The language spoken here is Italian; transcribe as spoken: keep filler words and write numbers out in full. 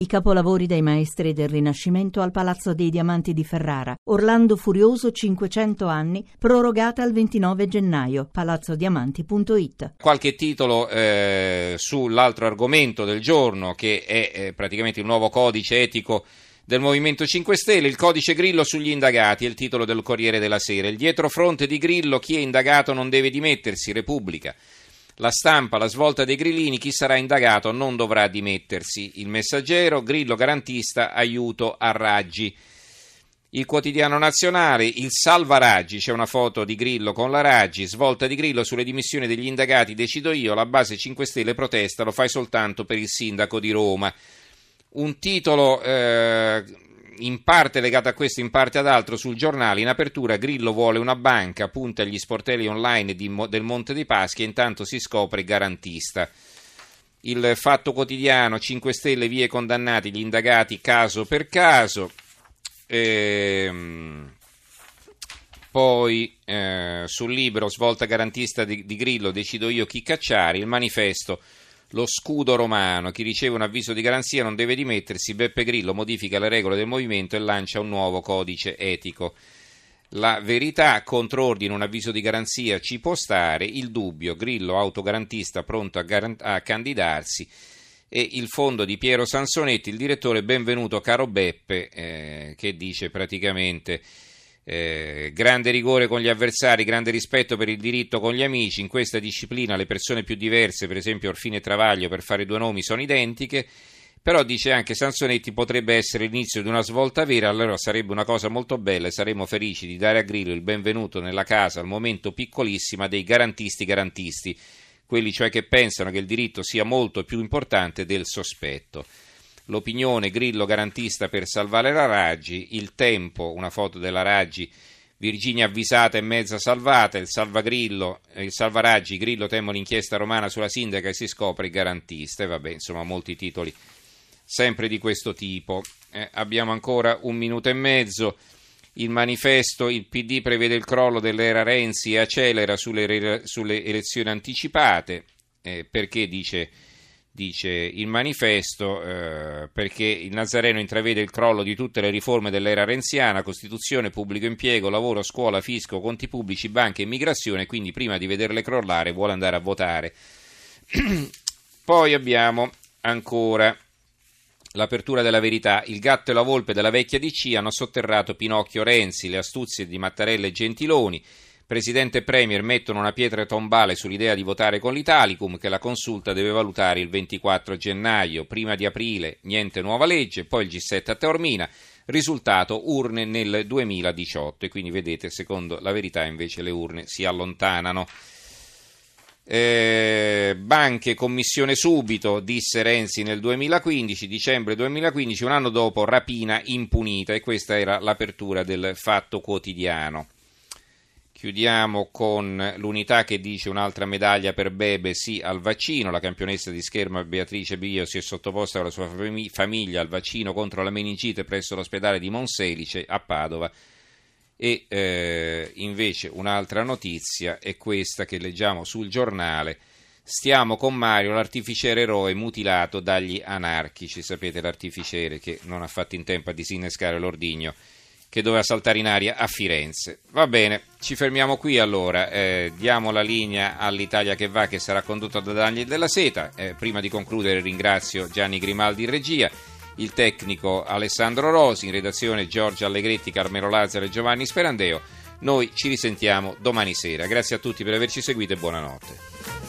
I capolavori dei maestri del Rinascimento al Palazzo dei Diamanti di Ferrara. Orlando Furioso, cinquecento anni, prorogata al ventinove gennaio. palazzo diamanti punto it. Qualche titolo eh, sull'altro argomento del giorno, che è eh, praticamente il nuovo codice etico del Movimento cinque Stelle, il codice Grillo sugli indagati, è il titolo del Corriere della Sera. Il dietrofront di Grillo, chi è indagato non deve dimettersi, Repubblica. La Stampa, la svolta dei grillini, chi sarà indagato non dovrà dimettersi. Il Messaggero, Grillo garantista, aiuto a Raggi. Il Quotidiano Nazionale, il salva Raggi, c'è una foto di Grillo con la Raggi, svolta di Grillo sulle dimissioni degli indagati, decido io, la base cinque Stelle protesta, lo fai soltanto per il sindaco di Roma. Un titolo eh, in parte legato a questo, in parte ad altro, sul Giornale. In apertura, Grillo vuole una banca, punta agli sportelli online di, del Monte dei Paschi e intanto si scopre garantista. Il Fatto Quotidiano, cinque Stelle, vie condannati, gli indagati caso per caso. Ehm, poi eh, sul Libro, svolta garantista di, di Grillo, decido io chi cacciare. Il Manifesto, lo scudo romano, chi riceve un avviso di garanzia non deve dimettersi, Beppe Grillo modifica le regole del movimento e lancia un nuovo codice etico. La Verità, controordine, un avviso di garanzia ci può stare, Il Dubbio, Grillo autogarantista pronto a, gar- a candidarsi, e il fondo di Piero Sansonetti, il direttore, benvenuto caro Beppe, eh, che dice praticamente Eh, grande rigore con gli avversari, grande rispetto per il diritto con gli amici. In questa disciplina le persone più diverse, per esempio Orfini e Travaglio, per fare due nomi, sono identiche. Però dice anche Sansonetti, potrebbe essere l'inizio di una svolta vera, allora sarebbe una cosa molto bella e saremmo felici di dare a Grillo il benvenuto nella casa al momento piccolissima dei garantisti garantisti, quelli cioè che pensano che il diritto sia molto più importante del sospetto. L'Opinione, Grillo garantista per salvare la Raggi. Il Tempo, una foto della Raggi, Virginia avvisata e mezza salvata. Il salvagrillo, il salvaraggi, Grillo temo l'inchiesta romana sulla sindaca e si scopre garantista. E vabbè, insomma, molti titoli sempre di questo tipo. Eh, abbiamo ancora un minuto e mezzo. Il Manifesto, il P D prevede il crollo dell'era Renzi e accelera sulle, sulle elezioni anticipate. Eh, perché dice... Dice il Manifesto, eh, perché il Nazareno intravede il crollo di tutte le riforme dell'era renziana, Costituzione, pubblico impiego, lavoro, scuola, fisco, conti pubblici, banche, immigrazione, quindi prima di vederle crollare vuole andare a votare. Poi abbiamo ancora l'apertura della Verità, il gatto e la volpe della vecchia D C hanno sotterrato Pinocchio Renzi, le astuzie di Mattarella e Gentiloni. Presidente e Premier mettono una pietra tombale sull'idea di votare con l'Italicum, che la consulta deve valutare il ventiquattro gennaio. Prima di aprile niente nuova legge, poi il G sette a Taormina, risultato urne nel duemiladiciotto, e quindi vedete, secondo la Verità invece le urne si allontanano. Eh, banche, commissione subito, disse Renzi nel duemilaquindici, dicembre duemilaquindici, un anno dopo rapina impunita, e questa era l'apertura del Fatto Quotidiano. Chiudiamo con l'Unità che dice un'altra medaglia per Bebe, sì al vaccino. La campionessa di scherma Beatrice Bio si è sottoposta con la sua famiglia al vaccino contro la meningite presso l'ospedale di Monselice a Padova. E eh, invece un'altra notizia è questa che leggiamo sul Giornale. Stiamo con Mario, l'artificiere eroe mutilato dagli anarchici. Sapete, l'artificiere che non ha fatto in tempo a disinnescare l'ordigno che doveva saltare in aria a Firenze. Va bene, ci fermiamo qui allora, eh, diamo la linea all'Italia che va, che sarà condotta da Daniel Della Seta. Eh, prima di concludere ringrazio Gianni Grimaldi in regia, il tecnico Alessandro Rosi, in redazione Giorgio Allegretti, Carmelo Lazzaro e Giovanni Sperandeo. Noi ci risentiamo domani sera. Grazie a tutti per averci seguito e buonanotte.